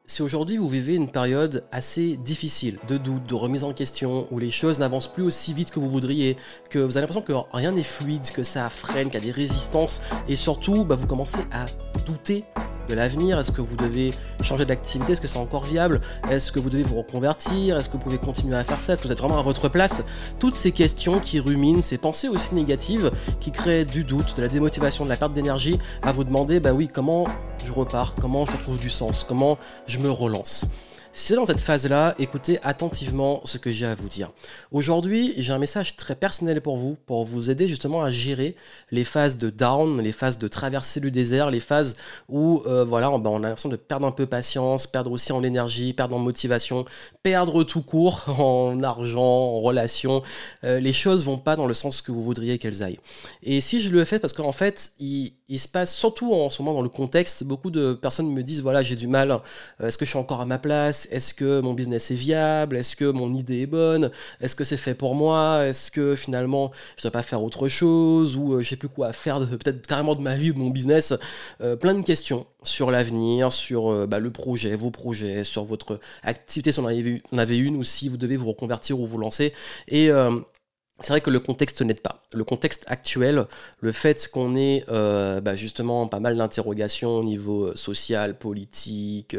Si aujourd'hui vous vivez une période assez difficile, de doute, de remise en question, où les choses n'avancent plus aussi vite que vous voudriez, que vous avez l'impression que rien n'est fluide, que ça freine, qu'il y a des résistances, et surtout vous commencez à douter de l'avenir. Est-ce que vous devez changer d'activité? Est-ce que c'est encore viable? Est-ce que vous devez vous reconvertir? Est-ce que vous pouvez continuer à faire ça? Est-ce que vous êtes vraiment à votre place? Toutes ces questions qui ruminent, ces pensées aussi négatives, qui créent du doute, de la démotivation, de la perte d'énergie, à vous demander, oui, comment je repars, comment je retrouve du sens, comment je me relance. Si c'est dans cette phase-là, écoutez attentivement ce que j'ai à vous dire. Aujourd'hui, j'ai un message très personnel pour vous aider justement à gérer les phases de down, les phases de traversée du désert, les phases où on a l'impression de perdre un peu patience, perdre aussi en énergie, perdre en motivation, perdre tout court en argent, en relation. Les choses vont pas dans le sens que vous voudriez qu'elles aillent. Et si je le fais parce qu'en fait, il se passe surtout en ce moment dans le contexte, beaucoup de personnes me disent voilà, j'ai du mal, est-ce que je suis encore à ma place? Est-ce que mon business est viable? Est-ce que mon idée est bonne? Est-ce que c'est fait pour moi? Est-ce que finalement je ne dois pas faire autre chose? Ou je sais plus quoi faire peut-être carrément de ma vie ou de mon business? Plein de questions sur l'avenir, sur le projet, vos projets, sur votre activité si on en avait une, ou si vous devez vous reconvertir ou vous lancer. Et c'est vrai que le contexte n'aide pas. Le contexte actuel, le fait qu'on ait justement pas mal d'interrogations au niveau social, politique,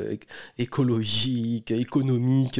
écologique, économique,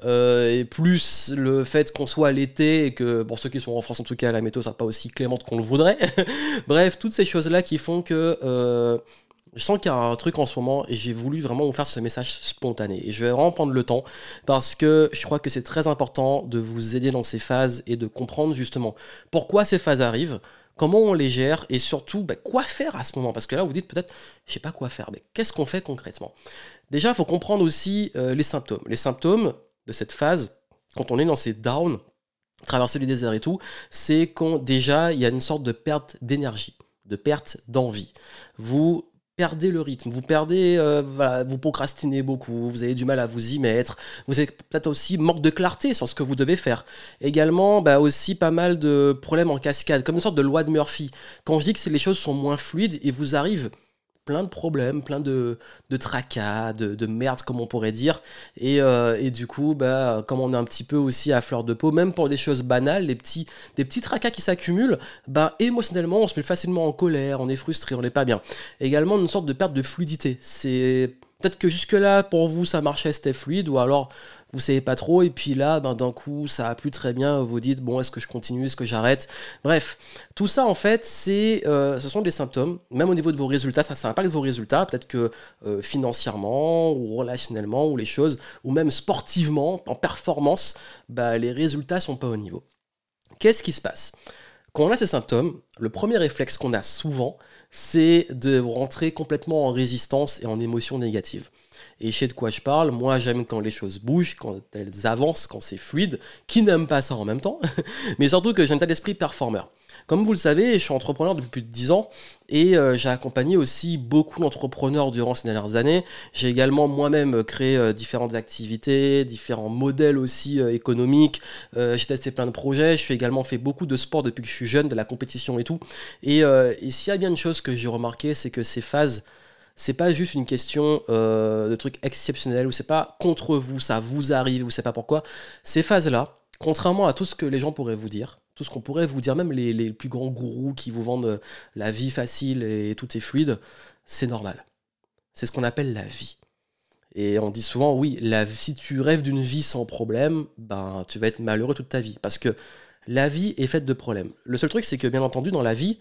et plus le fait qu'on soit à l'été et que, pour ceux qui sont en France en tout cas, la météo ne soit pas aussi clémente qu'on le voudrait. Bref, toutes ces choses-là qui font que... je sens qu'il y a un truc en ce moment et j'ai voulu vraiment vous faire ce message spontané. Et je vais vraiment prendre le temps parce que je crois que c'est très important de vous aider dans ces phases et de comprendre justement pourquoi ces phases arrivent, comment on les gère et surtout quoi faire à ce moment. Parce que là, vous dites peut-être, je sais pas quoi faire, mais qu'est-ce qu'on fait concrètement? Déjà, il faut comprendre aussi les symptômes. Les symptômes de cette phase, quand on est dans ces downs, traverser du désert et tout, c'est quand déjà il y a une sorte de perte d'énergie, de perte d'envie. Vous perdez le rythme, vous perdez, vous procrastinez beaucoup, vous avez du mal à vous y mettre, vous avez peut-être aussi manque de clarté sur ce que vous devez faire. Également, aussi pas mal de problèmes en cascade, comme une sorte de loi de Murphy. Quand je dis que les choses sont moins fluides, il vous arrive plein de problèmes, plein de tracas, de merde comme on pourrait dire, et du coup, comme on est un petit peu aussi à fleur de peau, même pour des choses banales, des petits tracas qui s'accumulent, émotionnellement, on se met facilement en colère, on est frustré, on n'est pas bien. Également, une sorte de perte de fluidité. C'est peut-être que jusque-là, pour vous, ça marchait, c'était fluide, ou alors vous savez pas trop, et puis là, d'un coup, ça a plus très bien, vous dites, bon, est-ce que je continue, est-ce que j'arrête? Bref, tout ça, en fait, ce sont des symptômes, même au niveau de vos résultats, ça impacte vos résultats, peut-être que financièrement, ou relationnellement, ou les choses, ou même sportivement, en performance, les résultats sont pas au niveau. Qu'est-ce qui se passe? Quand on a ces symptômes, le premier réflexe qu'on a souvent, c'est de rentrer complètement en résistance et en émotion négative. Et je sais de quoi je parle, moi j'aime quand les choses bougent, quand elles avancent, quand c'est fluide, qui n'aime pas ça en même temps, mais surtout que j'ai un état d'esprit performeur. Comme vous le savez, je suis entrepreneur depuis plus de 10 ans et j'ai accompagné aussi beaucoup d'entrepreneurs durant ces dernières années. J'ai également moi-même créé différentes activités, différents modèles aussi économiques. J'ai testé plein de projets. Je fais également fait beaucoup de sport depuis que je suis jeune, de la compétition et tout. Et s'il y a bien une chose que j'ai remarqué, c'est que ces phases, c'est pas juste une question de trucs exceptionnels ou c'est pas contre vous, ça vous arrive, vous savez pas pourquoi. Ces phases-là, contrairement à tout ce que les gens pourraient vous dire, tout ce qu'on pourrait vous dire, même les plus grands gourous qui vous vendent la vie facile et tout est fluide, c'est normal. C'est ce qu'on appelle la vie. Et on dit souvent, oui, si tu rêves d'une vie sans problème, tu vas être malheureux toute ta vie. Parce que la vie est faite de problèmes. Le seul truc, c'est que bien entendu, dans la vie,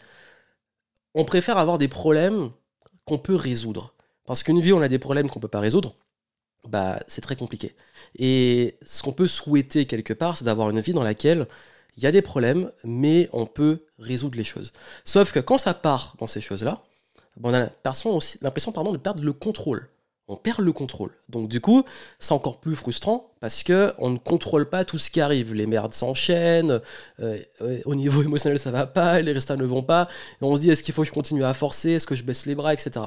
on préfère avoir des problèmes qu'on peut résoudre. Parce qu'une vie, on a des problèmes qu'on peut pas résoudre, c'est très compliqué. Et ce qu'on peut souhaiter quelque part, c'est d'avoir une vie dans laquelle il y a des problèmes, mais on peut résoudre les choses. Sauf que quand ça part dans ces choses-là, on a l'impression de perdre le contrôle. On perd le contrôle. Donc du coup, c'est encore plus frustrant parce qu'on ne contrôle pas tout ce qui arrive. Les merdes s'enchaînent, au niveau émotionnel ça va pas, les résultats ne vont pas, et on se dit est-ce qu'il faut que je continue à forcer, est-ce que je baisse les bras, etc.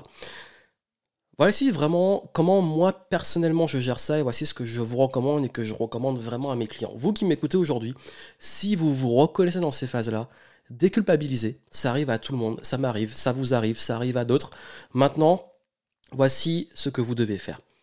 Voici vraiment comment moi personnellement je gère ça et voici ce que je vous recommande et que je recommande vraiment à mes clients. Vous qui m'écoutez aujourd'hui, si vous vous reconnaissez dans ces phases-là, déculpabilisez, ça arrive à tout le monde, ça m'arrive, ça vous arrive, ça arrive à d'autres. Maintenant, voici ce que vous devez faire.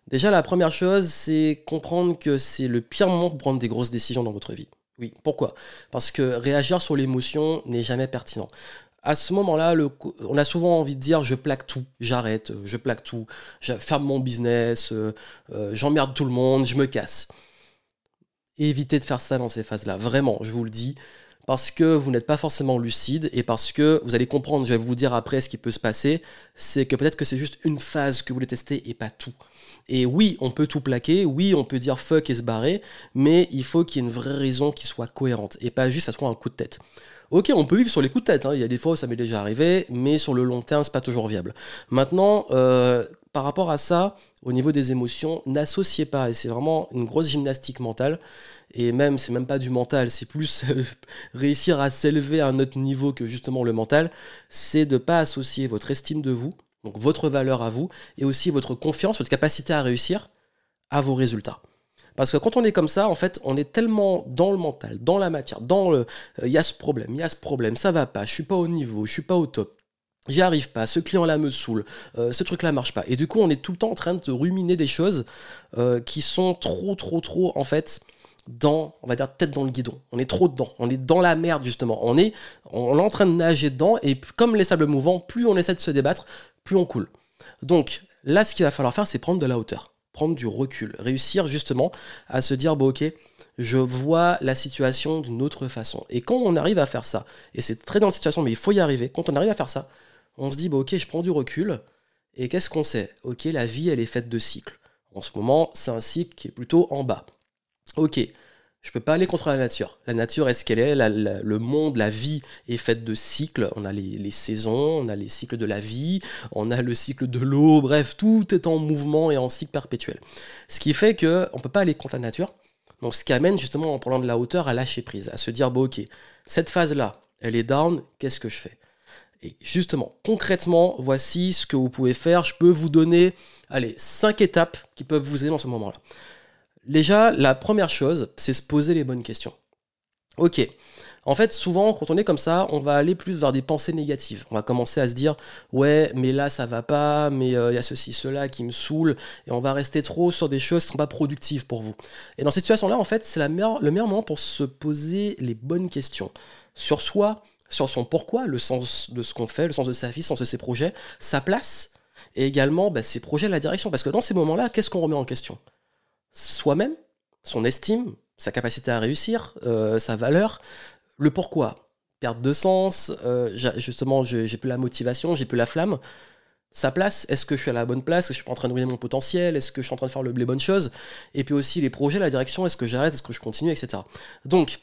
Déjà, la première chose, c'est comprendre que c'est le pire moment pour prendre des grosses décisions dans votre vie. Oui, pourquoi? Parce que réagir sur l'émotion n'est jamais pertinent. À ce moment-là, on a souvent envie de dire je plaque tout, j'arrête, je plaque tout, je ferme mon business, j'emmerde tout le monde, je me casse. Évitez de faire ça dans ces phases-là, vraiment, je vous le dis, parce que vous n'êtes pas forcément lucide et parce que vous allez comprendre, je vais vous dire après ce qui peut se passer, c'est que peut-être que c'est juste une phase que vous voulez tester et pas tout. Et oui, on peut tout plaquer, oui, on peut dire fuck et se barrer, mais il faut qu'il y ait une vraie raison qui soit cohérente et pas juste ça soit un coup de tête. Ok, on peut vivre sur les coups de tête, hein. Il y a des fois où ça m'est déjà arrivé, mais sur le long terme, c'est pas toujours viable. Maintenant, par rapport à ça, au niveau des émotions, n'associez pas, et c'est vraiment une grosse gymnastique mentale, et même, c'est même pas du mental, c'est plus réussir à s'élever à un autre niveau que justement le mental, c'est de pas associer votre estime de vous, donc votre valeur à vous, et aussi votre confiance, votre capacité à réussir, à vos résultats. Parce que quand on est comme ça, en fait, on est tellement dans le mental, dans la matière, dans le il y a ce problème, il y a ce problème, ça va pas, je suis pas au niveau, je suis pas au top. J'y arrive pas, ce client-là me saoule, ce truc-là marche pas. Et du coup, on est tout le temps en train de ruminer des choses qui sont trop, en fait, on va dire, tête dans le guidon. On est trop dedans, on est dans la merde, justement. On est en train de nager dedans, et comme les sables mouvants, plus on essaie de se débattre, plus on coule. Donc, là, ce qu'il va falloir faire, c'est prendre de la hauteur, prendre du recul, réussir justement à se dire, bon ok, je vois la situation d'une autre façon. Et quand on arrive à faire ça, et c'est très dans la situation, mais il faut y arriver, quand on arrive à faire ça, on se dit, bon ok, je prends du recul, et qu'est-ce qu'on sait? Ok, la vie, elle est faite de cycles. En ce moment, c'est un cycle qui est plutôt en bas. Ok, je peux pas aller contre la nature. La nature est ce qu'elle est, le monde, la vie est faite de cycles. On a les saisons, on a les cycles de la vie, on a le cycle de l'eau, bref, tout est en mouvement et en cycle perpétuel. Ce qui fait que on peut pas aller contre la nature. Donc ce qui amène justement en parlant de la hauteur à lâcher prise, à se dire bon ok, cette phase-là, elle est down, qu'est-ce que je fais? Et justement, concrètement, voici ce que vous pouvez faire. Je peux vous donner, allez, 5 étapes qui peuvent vous aider dans ce moment-là. Déjà, la première chose, c'est se poser les bonnes questions. Ok. En fait, souvent, quand on est comme ça, on va aller plus vers des pensées négatives. On va commencer à se dire, ouais, mais là, ça va pas, mais il y a ceci, cela qui me saoule, et on va rester trop sur des choses qui sont pas productives pour vous. Et dans cette situation-là, en fait, c'est le meilleur moment pour se poser les bonnes questions. Sur soi, sur son pourquoi, le sens de ce qu'on fait, le sens de sa vie, le sens de ses projets, sa place, et également ses projets, la direction. Parce que dans ces moments-là, qu'est-ce qu'on remet en question? Soi-même, son estime, sa capacité à réussir, sa valeur, le pourquoi. Perte de sens, justement, j'ai plus la motivation, j'ai plus la flamme. Sa place, est-ce que je suis à la bonne place? Est-ce que je suis en train de briller mon potentiel? Est-ce que je suis en train de faire les bonnes choses? Et puis aussi les projets, la direction, est-ce que j'arrête? Est-ce que je continue? Etc. Donc,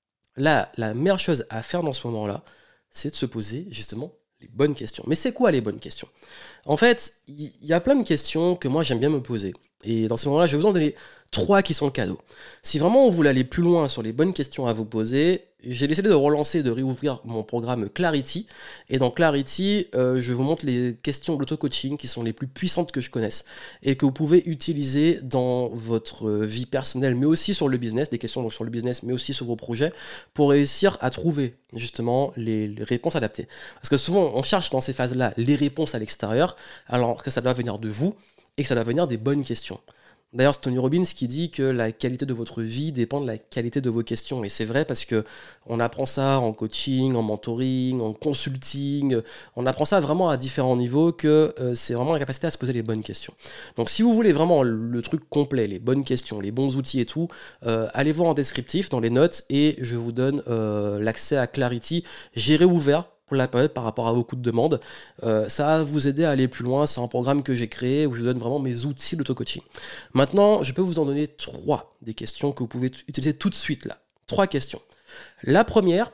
là, la meilleure chose à faire dans ce moment-là, c'est de se poser justement les bonnes questions. Mais c'est quoi les bonnes questions? En fait, il y a plein de questions que moi j'aime bien me poser. Et dans ce moment-là, je vais vous en donner 3 qui sont cadeaux. Si vraiment vous voulez aller plus loin sur les bonnes questions à vous poser, j'ai décidé de relancer, de réouvrir mon programme Clarity. Et dans Clarity, je vous montre les questions d'auto-coaching qui sont les plus puissantes que je connaisse et que vous pouvez utiliser dans votre vie personnelle, mais aussi sur le business, des questions donc sur le business, mais aussi sur vos projets, pour réussir à trouver justement les réponses adaptées. Parce que souvent, on cherche dans ces phases-là les réponses à l'extérieur, alors que ça doit venir de vous et que ça doit venir des bonnes questions. D'ailleurs, c'est Tony Robbins qui dit que la qualité de votre vie dépend de la qualité de vos questions. Et c'est vrai parce que on apprend ça en coaching, en mentoring, en consulting. On apprend ça vraiment à différents niveaux que c'est vraiment la capacité à se poser les bonnes questions. Donc si vous voulez vraiment le truc complet, les bonnes questions, les bons outils et tout, allez voir en descriptif dans les notes et je vous donne l'accès à Clarity. J'ai réouvert pour la période par rapport à beaucoup de demandes. Ça va vous aider à aller plus loin. C'est un programme que j'ai créé où je donne vraiment mes outils d'auto-coaching. Maintenant, je peux vous en donner 3 des questions que vous pouvez utiliser tout de suite là. 3 questions. La première,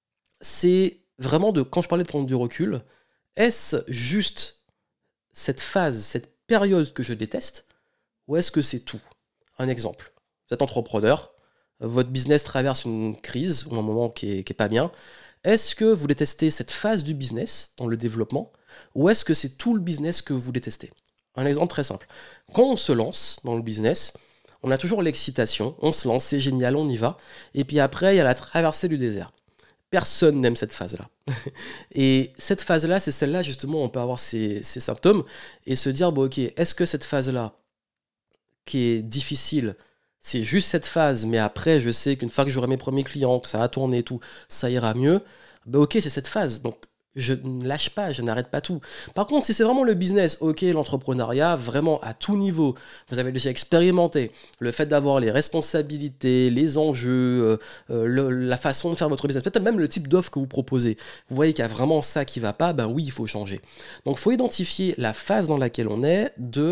c'est vraiment quand je parlais de prendre du recul, est-ce juste cette phase, cette période que je déteste, ou est-ce que c'est tout? Un exemple. Vous êtes entrepreneur, votre business traverse une crise ou un moment qui est pas bien. Est-ce que vous détestez cette phase du business dans le développement ou est-ce que c'est tout le business que vous détestez? Un exemple très simple. Quand on se lance dans le business, on a toujours l'excitation, on se lance, c'est génial, on y va. Et puis après, il y a la traversée du désert. Personne n'aime cette phase-là. Et cette phase-là, c'est celle-là justement où on peut avoir ces symptômes et se dire, bon ok, est-ce que cette phase-là, qui est difficile, c'est juste cette phase, mais après, je sais qu'une fois que j'aurai mes premiers clients, que ça va tourner et tout, ça ira mieux, bah ok, c'est cette phase. Donc, je ne lâche pas, je n'arrête pas tout. Par contre, si c'est vraiment le business, ok, l'entrepreneuriat, vraiment à tout niveau, vous avez déjà expérimenté le fait d'avoir les responsabilités, les enjeux, la façon de faire votre business, peut-être même le type d'offre que vous proposez. Vous voyez qu'il y a vraiment ça qui ne va pas, ben oui, il faut changer. Donc, il faut identifier la phase dans laquelle on est,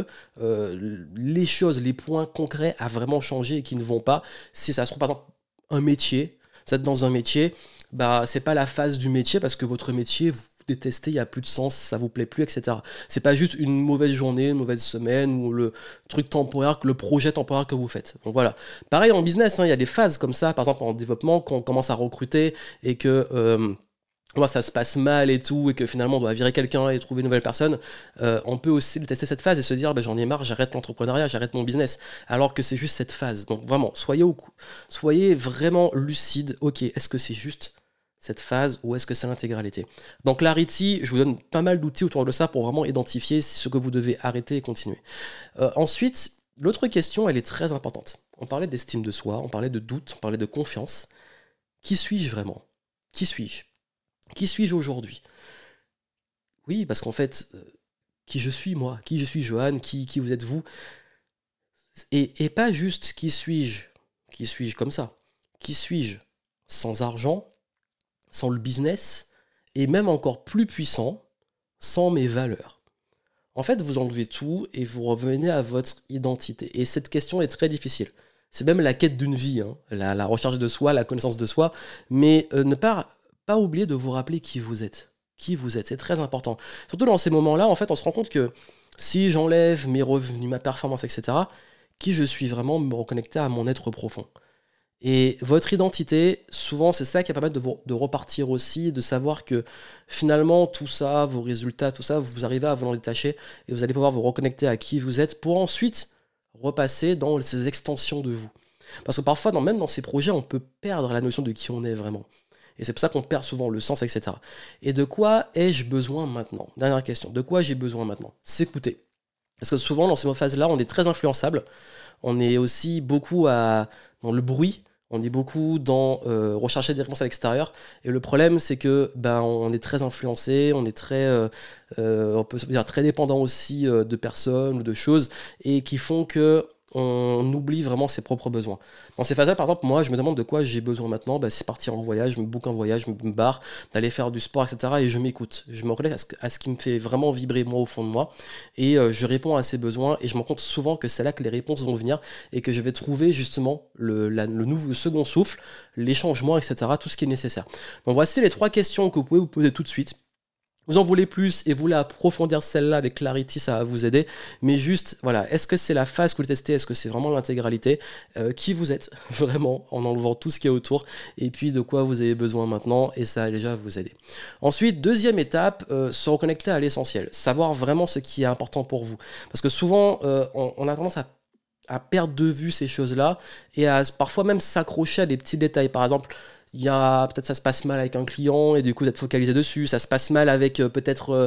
les choses, les points concrets à vraiment changer et qui ne vont pas. Si ça se trouve, par exemple, un métier, vous êtes dans un métier, bah, c'est pas la phase du métier parce que votre métier, vous détestez, il n'y a plus de sens, ça vous plaît plus, etc. C'est pas juste une mauvaise journée, une mauvaise semaine ou le truc temporaire, le projet temporaire que vous faites. Donc voilà. Pareil en business, hein, il y a des phases comme ça, par exemple en développement, quand on commence à recruter et que ça se passe mal et tout, et que finalement on doit virer quelqu'un et trouver une nouvelle personne, on peut aussi tester cette phase et se dire j'en ai marre, j'arrête l'entrepreneuriat, j'arrête mon business, alors que c'est juste cette phase. Donc vraiment, soyez vraiment lucide. Ok, est-ce que c'est juste cette phase ou est-ce que c'est l'intégralité? Dans Clarity, je vous donne pas mal d'outils autour de ça pour vraiment identifier ce que vous devez arrêter et continuer. Ensuite, l'autre question, elle est très importante. On parlait d'estime de soi, on parlait de doute, on parlait de confiance. Qui suis-je vraiment? Qui suis-je? Qui suis-je aujourd'hui? Oui, parce qu'en fait, qui je suis moi? Qui je suis Johan? Qui vous êtes vous? Et pas juste qui suis-je? Qui suis-je comme ça? Qui suis-je sans argent, sans le business, et même encore plus puissant, sans mes valeurs? En fait, vous enlevez tout et vous revenez à votre identité. Et cette question est très difficile. C'est même la quête d'une vie, hein, la recherche de soi, la connaissance de soi, mais ne pas oublier de vous rappeler qui vous êtes. Qui vous êtes, c'est très important. Surtout dans ces moments-là, en fait, on se rend compte que si j'enlève mes revenus, ma performance, etc., qui je suis vraiment, me reconnecter à mon être profond. Et votre identité, souvent, c'est ça qui va permettre de repartir aussi, de savoir que finalement, tout ça, vos résultats, tout ça, vous arrivez à vous en détacher et vous allez pouvoir vous reconnecter à qui vous êtes pour ensuite repasser dans ces extensions de vous. Parce que parfois, même dans ces projets, on peut perdre la notion de qui on est vraiment. Et c'est pour ça qu'on perd souvent le sens, etc. Et de quoi ai-je besoin maintenant? Dernière question, de quoi j'ai besoin maintenant? S'écouter. Parce que souvent, dans ces phases-là, on est très influençable. On est aussi beaucoup dans le bruit. On est beaucoup dans rechercher des réponses à l'extérieur. Et le problème, c'est que on est très influencé, on est très, on peut se dire très dépendant aussi de personnes ou de choses, et qui font que on oublie vraiment ses propres besoins. Dans ces phases-là, par exemple, moi, je me demande de quoi j'ai besoin maintenant. C'est partir en voyage, je me book un voyage, je me barre, d'aller faire du sport, etc. Et je m'écoute. Je me reconnecte à ce qui me fait vraiment vibrer, moi, au fond de moi. Et je réponds à ces besoins. Et je me rends compte souvent que c'est là que les réponses vont venir et que je vais trouver justement le nouveau second souffle, les changements, etc. Tout ce qui est nécessaire. Donc voici les 3 questions que vous pouvez vous poser tout de suite. Vous en voulez plus et vous voulez approfondir celle-là avec Clarity, ça va vous aider. Mais juste, voilà, est-ce que c'est la phase que vous testez? Est-ce que c'est vraiment l'intégralité? Qui vous êtes vraiment en enlevant tout ce qui est autour? Et puis de quoi vous avez besoin maintenant? Et ça va déjà vous aider. Ensuite, deuxième étape, se reconnecter à l'essentiel. Savoir vraiment ce qui est important pour vous. Parce que souvent, on a tendance à perdre de vue ces choses-là et à parfois même s'accrocher à des petits détails. Par exemple, il y a peut-être ça se passe mal avec un client et du coup vous êtes focalisé dessus, ça se passe mal avec peut-être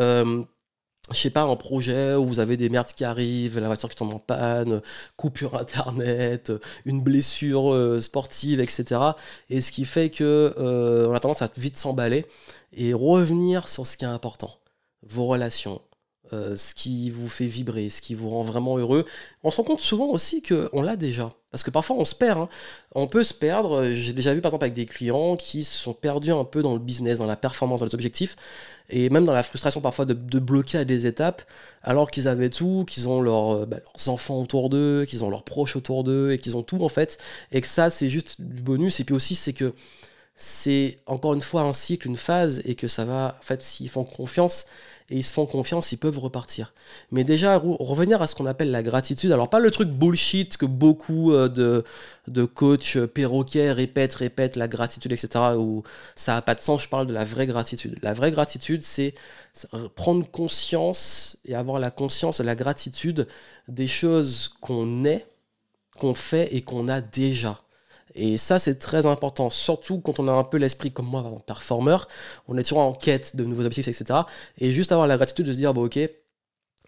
je sais pas, un projet où vous avez des merdes qui arrivent, la voiture qui tombe en panne, coupure internet, une blessure sportive, etc. Et ce qui fait que on a tendance à vite s'emballer et revenir sur ce qui est important, vos relations, ce qui vous fait vibrer, ce qui vous rend vraiment heureux. On se rend compte souvent aussi qu'on l'a déjà. Parce que parfois on se perd. Hein. On peut se perdre. J'ai déjà vu par exemple avec des clients qui se sont perdus un peu dans le business, dans la performance, dans les objectifs, et même dans la frustration parfois de bloquer à des étapes, alors qu'ils avaient tout, qu'ils ont leurs enfants autour d'eux, qu'ils ont leurs proches autour d'eux, et qu'ils ont tout en fait. Et que ça c'est juste du bonus. Et puis aussi c'est que c'est encore une fois un cycle, une phase, et que ça va, en fait, s'ils font confiance, et ils se font confiance, ils peuvent repartir. Mais déjà, revenir à ce qu'on appelle la gratitude, alors pas le truc bullshit que beaucoup de coachs perroquets répètent, la gratitude, etc., où ça n'a pas de sens, je parle de la vraie gratitude. La vraie gratitude, c'est prendre conscience et avoir la conscience de la gratitude des choses qu'on est, qu'on fait et qu'on a déjà. Et ça, c'est très important, surtout quand on a un peu l'esprit comme moi, performeur, on est toujours en quête de nouveaux objectifs, etc. Et juste avoir la gratitude de se dire, ok,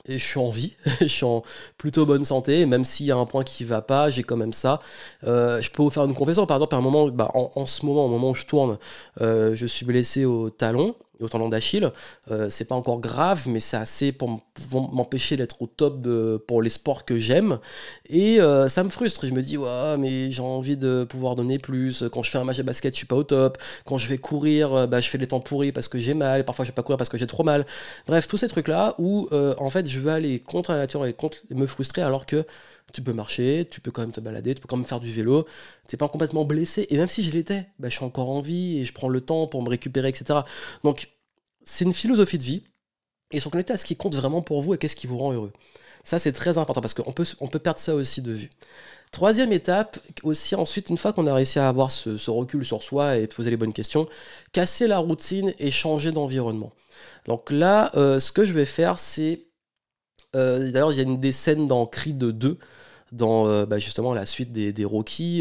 et je suis en vie, je suis en plutôt bonne santé, et même s'il y a un point qui va pas, j'ai quand même ça. Je peux vous faire une confession, par exemple, à un moment, en ce moment, au moment où je tourne, je suis blessé au talon, au tendon d'Achille. C'est pas encore grave, mais c'est assez pour m'empêcher d'être au top pour les sports que j'aime. Et ça me frustre. Je me dis, ouais, mais j'ai envie de pouvoir donner plus. Quand je fais un match de basket, je suis pas au top. Quand je vais courir, je fais des temps pourris parce que j'ai mal. Parfois, je vais pas courir parce que j'ai trop mal. Bref, tous ces trucs-là où, en fait, je veux aller contre la nature et me frustrer alors que tu peux marcher, tu peux quand même te balader, tu peux quand même faire du vélo, t'es pas complètement blessé, et même si je l'étais, je suis encore en vie et je prends le temps pour me récupérer, etc. Donc, c'est une philosophie de vie, et se reconnecter à ce qui compte vraiment pour vous et qu'est-ce qui vous rend heureux. Ça, c'est très important parce qu'on peut perdre ça aussi de vue. Troisième étape, aussi ensuite, une fois qu'on a réussi à avoir ce recul sur soi et poser les bonnes questions, casser la routine et changer d'environnement. Donc là, ce que je vais faire, c'est... d'ailleurs, il y a une des scènes dans Creed 2, dans justement la suite des Rocky,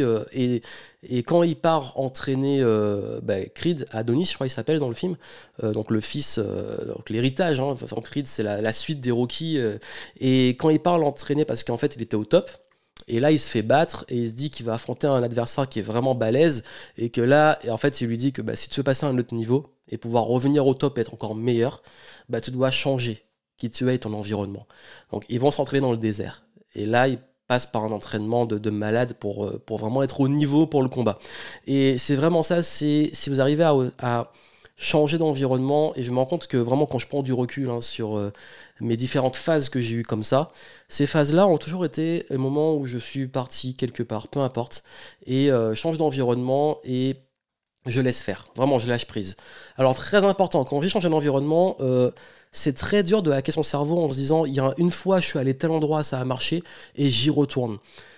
et quand il part entraîner Creed, Adonis, je crois qu'il s'appelle dans le film, donc le fils, donc l'héritage, hein, enfin, Creed c'est la suite des Rocky, et quand il part l'entraîner parce qu'en fait il était au top, et là il se fait battre et il se dit qu'il va affronter un adversaire qui est vraiment balèze, et que là, et en fait il lui dit que si tu veux passer à un autre niveau et pouvoir revenir au top et être encore meilleur, tu dois changer qui tu es et ton environnement. Donc ils vont s'entraîner dans le désert, et là ils passe par un entraînement de malade pour vraiment être au niveau pour le combat. Et c'est vraiment ça, c'est si vous arrivez à changer d'environnement, et je me rends compte que vraiment quand je prends du recul sur mes différentes phases que j'ai eues comme ça, ces phases-là ont toujours été le moment où je suis parti quelque part, peu importe, et change d'environnement et je laisse faire, vraiment je lâche prise. Alors très important, quand on vit changer d'environnement, c'est très dur de hacker son cerveau en se disant, il y a une fois je suis allé tel endroit, ça a marché, et j'y retourne.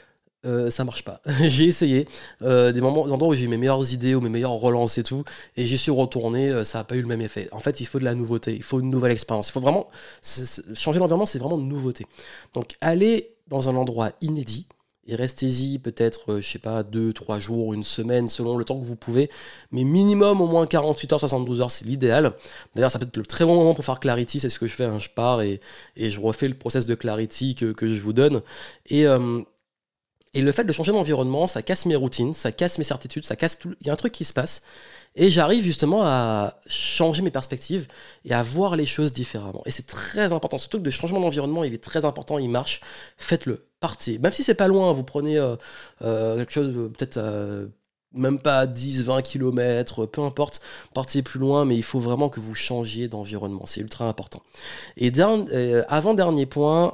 Ça marche pas. J'ai essayé des endroits où j'ai eu mes meilleures idées ou mes meilleures relances et tout, et j'y suis retourné, ça n'a pas eu le même effet. En fait, il faut de la nouveauté, il faut une nouvelle expérience. Il faut vraiment changer d'environnement, c'est vraiment une nouveauté. Donc, aller dans un endroit inédit et restez-y peut-être, je sais pas, 2, 3 jours, une semaine, selon le temps que vous pouvez, mais minimum au moins 48 heures, 72 heures, c'est l'idéal. D'ailleurs, ça peut être le très bon moment pour faire Clarity, c'est ce que je fais, je pars et je refais le process de Clarity que je vous donne. Et le fait de changer d'environnement, ça casse mes routines, ça casse mes certitudes, ça casse tout. Il y a un truc qui se passe. Et j'arrive justement à changer mes perspectives et à voir les choses différemment. Et c'est très important. Ce truc de changement d'environnement, il est très important, il marche. Faites-le, partez. Même si c'est pas loin, vous prenez quelque chose, peut-être même pas 10, 20 km, peu importe, partez plus loin, mais il faut vraiment que vous changiez d'environnement. C'est ultra important. Et avant-dernier point,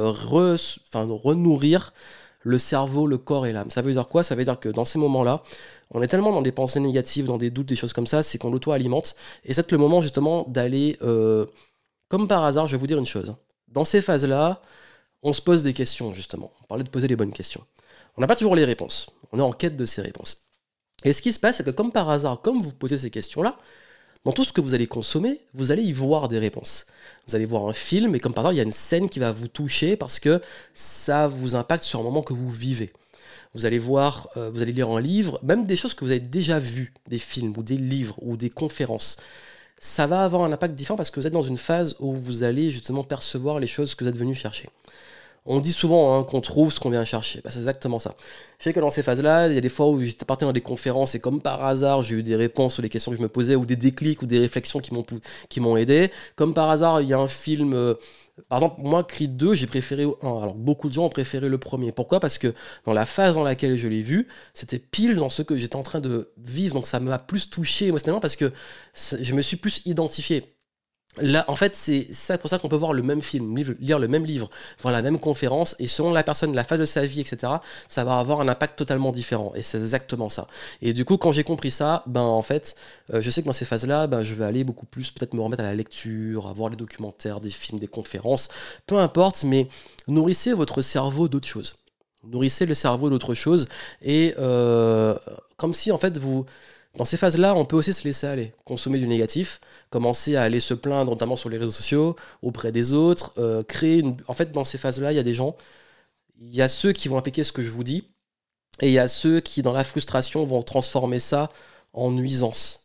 renourrir le cerveau, le corps et l'âme. Ça veut dire quoi ? Ça veut dire que dans ces moments-là, on est tellement dans des pensées négatives, dans des doutes, des choses comme ça, c'est qu'on l'auto-alimente. Et c'est le moment justement d'aller, comme par hasard, je vais vous dire une chose. Dans ces phases-là, on se pose des questions justement. On parlait de poser les bonnes questions. On n'a pas toujours les réponses. On est en quête de ces réponses. Et ce qui se passe, c'est que comme par hasard, comme vous posez ces questions-là, dans tout ce que vous allez consommer, vous allez y voir des réponses. Vous allez voir un film, et comme par exemple, il y a une scène qui va vous toucher parce que ça vous impacte sur un moment que vous vivez. Vous allez voir, vous allez lire un livre, même des choses que vous avez déjà vues, des films ou des livres ou des conférences. Ça va avoir un impact différent parce que vous êtes dans une phase où vous allez justement percevoir les choses que vous êtes venu chercher. On dit souvent qu'on trouve ce qu'on vient chercher. C'est exactement ça. Je sais que dans ces phases-là, il y a des fois où j'étais parti dans des conférences et comme par hasard, j'ai eu des réponses aux questions que je me posais ou des déclics ou des réflexions qui m'ont aidé. Comme par hasard, il y a un film... par exemple, moi, Creed 2, j'ai préféré au 1. Alors, beaucoup de gens ont préféré le premier. Pourquoi ? Parce que dans la phase dans laquelle je l'ai vu, c'était pile dans ce que j'étais en train de vivre. Donc, ça m'a plus touché émotionnellement parce que je me suis plus identifié. Là, en fait, c'est pour ça qu'on peut voir le même film, lire le même livre, voir la même conférence, et selon la personne, la phase de sa vie, etc., ça va avoir un impact totalement différent. Et c'est exactement ça. Et du coup, quand j'ai compris ça, en fait, je sais que dans ces phases-là, je vais aller beaucoup plus peut-être me remettre à la lecture, à voir des documentaires, des films, des conférences, peu importe, mais nourrissez votre cerveau d'autres choses. Nourrissez le cerveau d'autres choses, et comme si, en fait, dans ces phases-là, on peut aussi se laisser aller, consommer du négatif, commencer à aller se plaindre, notamment sur les réseaux sociaux, auprès des autres, En fait, dans ces phases-là, il y a des gens, il y a ceux qui vont appliquer ce que je vous dis, et il y a ceux qui, dans la frustration, vont transformer ça en nuisance.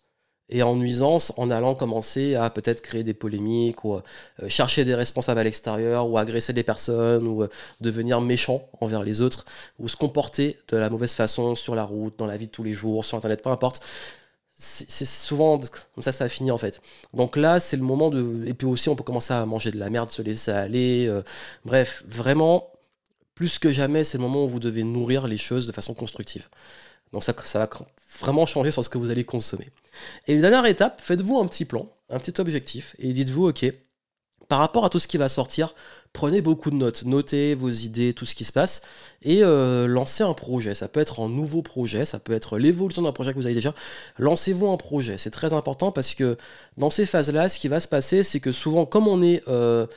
et en nuisance en allant commencer à peut-être créer des polémiques ou chercher des responsables à l'extérieur ou agresser des personnes ou devenir méchant envers les autres ou se comporter de la mauvaise façon sur la route, dans la vie de tous les jours, sur internet, peu importe. C'est souvent comme ça finit en fait. Donc là, c'est le moment de. Et puis aussi, on peut commencer à manger de la merde, se laisser aller. Bref, vraiment, plus que jamais, c'est le moment où vous devez nourrir les choses de façon constructive. Donc ça va vraiment changer sur ce que vous allez consommer. Et la dernière étape, faites-vous un petit plan, un petit objectif, et dites-vous, ok, par rapport à tout ce qui va sortir, prenez beaucoup de notes, notez vos idées, tout ce qui se passe, et lancez un projet. Ça peut être un nouveau projet, ça peut être l'évolution d'un projet que vous avez déjà. Lancez-vous un projet, c'est très important parce que dans ces phases-là, ce qui va se passer, c'est que souvent, comme on est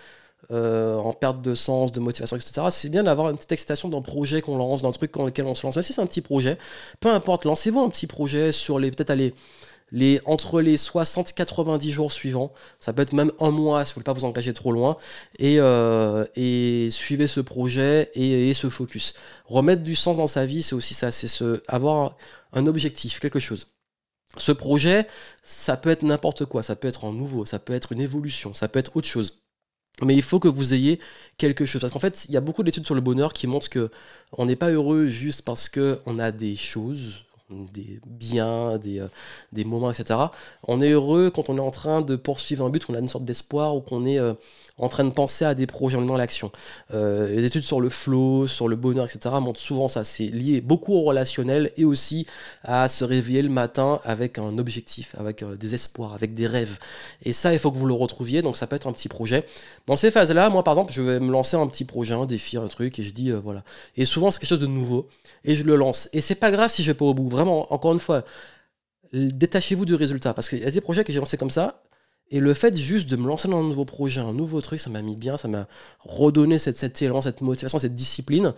en perte de sens, de motivation, etc., c'est bien d'avoir une petite excitation d'un projet qu'on lance, d'un truc dans lequel on se lance. Même si c'est un petit projet, peu importe, lancez-vous un petit projet sur peut-être aller entre les 60-90 jours suivants, ça peut être même un mois si vous ne voulez pas vous engager trop loin, et suivez ce projet et ce focus. Remettre du sens dans sa vie, c'est aussi ça, c'est avoir un objectif, quelque chose. Ce projet, ça peut être n'importe quoi, ça peut être en nouveau, ça peut être une évolution, ça peut être autre chose. Mais il faut que vous ayez quelque chose. Parce qu'en fait, il y a beaucoup d'études sur le bonheur qui montrent que on n'est pas heureux juste parce qu'on a des choses, des biens, des moments, etc. On est heureux quand on est en train de poursuivre un but, qu'on a une sorte d'espoir ou qu'on est en train de penser à des projets, on est dans l'action. Les études sur le flow, sur le bonheur, etc. montrent souvent ça. C'est lié beaucoup au relationnel et aussi à se réveiller le matin avec un objectif, avec des espoirs, avec des rêves. Et ça, il faut que vous le retrouviez. Donc ça peut être un petit projet. Dans ces phases-là, moi par exemple, je vais me lancer un petit projet, un défi, un truc, et je dis voilà. Et souvent c'est quelque chose de nouveau, et je le lance. Et c'est pas grave si je vais pas au bout. Vraiment, encore une fois, détachez-vous du résultat. Parce qu'il y a des projets que j'ai lancés comme ça, et le fait juste de me lancer dans un nouveau projet, un nouveau truc, ça m'a mis bien, ça m'a redonné cet élan, cette motivation, cette discipline.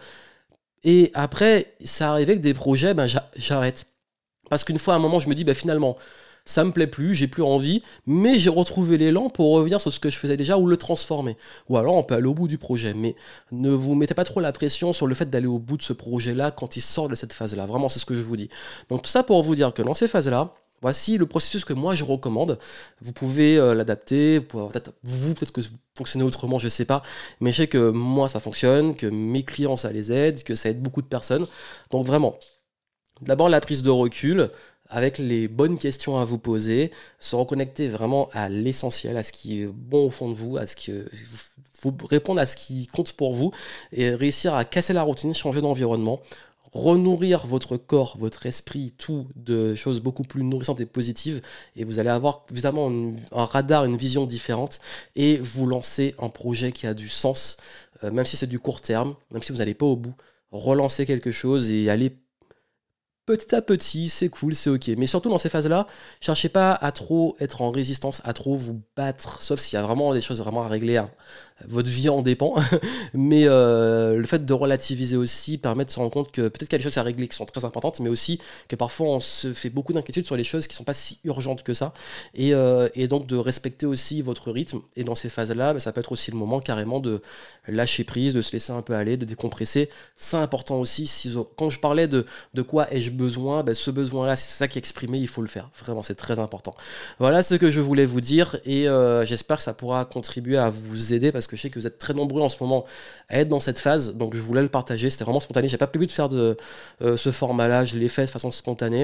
Et après, ça arrivait que des projets, j'arrête. Parce qu'une fois, à un moment, je me dis, finalement, ça me plaît plus, j'ai plus envie, mais j'ai retrouvé l'élan pour revenir sur ce que je faisais déjà ou le transformer. Ou alors, on peut aller au bout du projet, mais ne vous mettez pas trop la pression sur le fait d'aller au bout de ce projet-là quand il sort de cette phase-là. Vraiment, c'est ce que je vous dis. Donc, tout ça pour vous dire que dans ces phases-là, voici le processus que moi je recommande. Vous pouvez l'adapter, vous pouvez peut-être que vous fonctionnez autrement, je sais pas, mais je sais que moi ça fonctionne, que mes clients ça les aide, que ça aide beaucoup de personnes. Donc vraiment, d'abord la prise de recul, avec les bonnes questions à vous poser, se reconnecter vraiment à l'essentiel, à ce qui est bon au fond de vous, à ce que vous répondre à ce qui compte pour vous, et réussir à casser la routine, changer d'environnement, renourrir votre corps, votre esprit, tout de choses beaucoup plus nourrissantes et positives, et vous allez avoir évidemment un radar, une vision différente, et vous lancer un projet qui a du sens, même si c'est du court terme, même si vous n'allez pas au bout, relancer quelque chose et aller petit à petit, c'est cool, c'est ok. Mais surtout dans ces phases-là, cherchez pas à trop être en résistance, à trop vous battre, sauf s'il y a vraiment des choses vraiment à régler, hein. Votre vie en dépend. Mais le fait de relativiser aussi permet de se rendre compte que peut-être qu'il y a des choses à régler qui sont très importantes, mais aussi que parfois on se fait beaucoup d'inquiétudes sur les choses qui sont pas si urgentes que ça. Et donc de respecter aussi votre rythme. Et dans ces phases-là, ça peut être aussi le moment carrément de lâcher prise, de se laisser un peu aller, de décompresser. C'est important aussi. Quand je parlais de quoi ai-je besoin, ce besoin-là, c'est ça qui est exprimé, il faut le faire. Vraiment, c'est très important. Voilà ce que je voulais vous dire, et j'espère que ça pourra contribuer à vous aider, parce que je sais que vous êtes très nombreux en ce moment à être dans cette phase, donc je voulais le partager. C'était vraiment spontané, j'ai pas prévu de faire ce format-là, je l'ai fait de façon spontanée.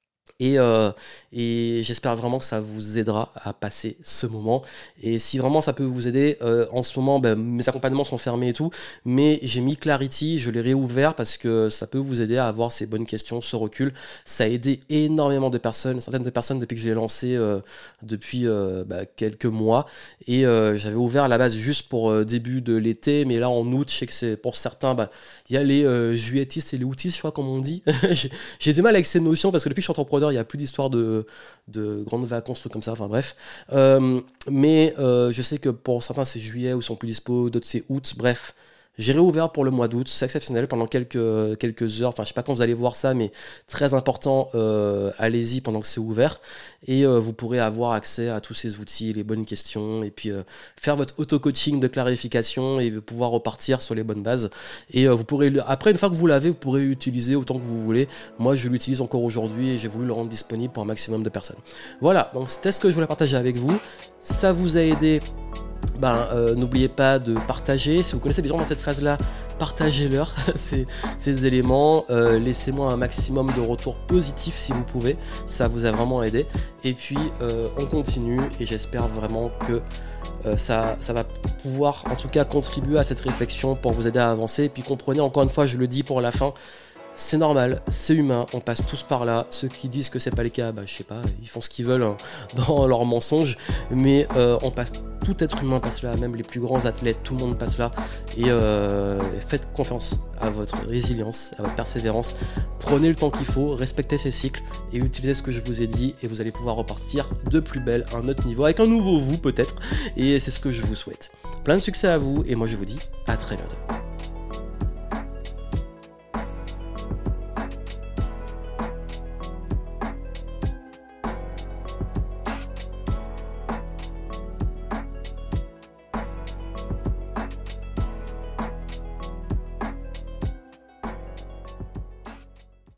Et j'espère vraiment que ça vous aidera à passer ce moment. Et si vraiment ça peut vous aider, en ce moment, mes accompagnements sont fermés et tout, mais j'ai mis Clarity, je l'ai réouvert parce que ça peut vous aider à avoir ces bonnes questions, ce recul. Ça a aidé énormément de personnes, certaines de personnes depuis que je l'ai lancé depuis quelques mois. Et j'avais ouvert à la base juste pour début de l'été, mais là en août, je sais que c'est pour certains, il y a les juilletistes et les aoûtistes, je crois, comme on dit. J'ai du mal avec ces notions parce que depuis que je suis entrepreneur, il n'y a plus d'histoire de grandes vacances, trucs comme ça, enfin bref. Mais je sais que pour certains c'est juillet ou sont plus dispo, d'autres c'est août, bref. J'ai réouvert pour le mois d'août, c'est exceptionnel, pendant quelques heures, enfin je sais pas quand vous allez voir ça, mais très important, allez-y pendant que c'est ouvert, et vous pourrez avoir accès à tous ces outils, les bonnes questions, et puis faire votre auto-coaching de clarification, et pouvoir repartir sur les bonnes bases, et vous pourrez, après une fois que vous l'avez, vous pourrez l'utiliser autant que vous voulez. Moi je l'utilise encore aujourd'hui, et j'ai voulu le rendre disponible pour un maximum de personnes. Voilà, donc c'était ce que je voulais partager avec vous. Ça vous a aidé, n'oubliez pas de partager. Si vous connaissez des gens dans cette phase-là, partagez-leur ces éléments. Laissez-moi un maximum de retours positifs si vous pouvez. Ça vous a vraiment aidé. Et puis, on continue, et j'espère vraiment que ça va pouvoir en tout cas contribuer à cette réflexion pour vous aider à avancer. Et puis comprenez, encore une fois, je le dis pour la fin, c'est normal, c'est humain, on passe tous par là. Ceux qui disent que c'est pas le cas, je sais pas, ils font ce qu'ils veulent, hein, dans leurs mensonges, mais on passe, tout être humain passe là, même les plus grands athlètes, tout le monde passe là, et faites confiance à votre résilience, à votre persévérance, prenez le temps qu'il faut, respectez ces cycles, et utilisez ce que je vous ai dit, et vous allez pouvoir repartir de plus belle, à un autre niveau, avec un nouveau vous peut-être, et c'est ce que je vous souhaite. Plein de succès à vous, et moi je vous dis à très bientôt.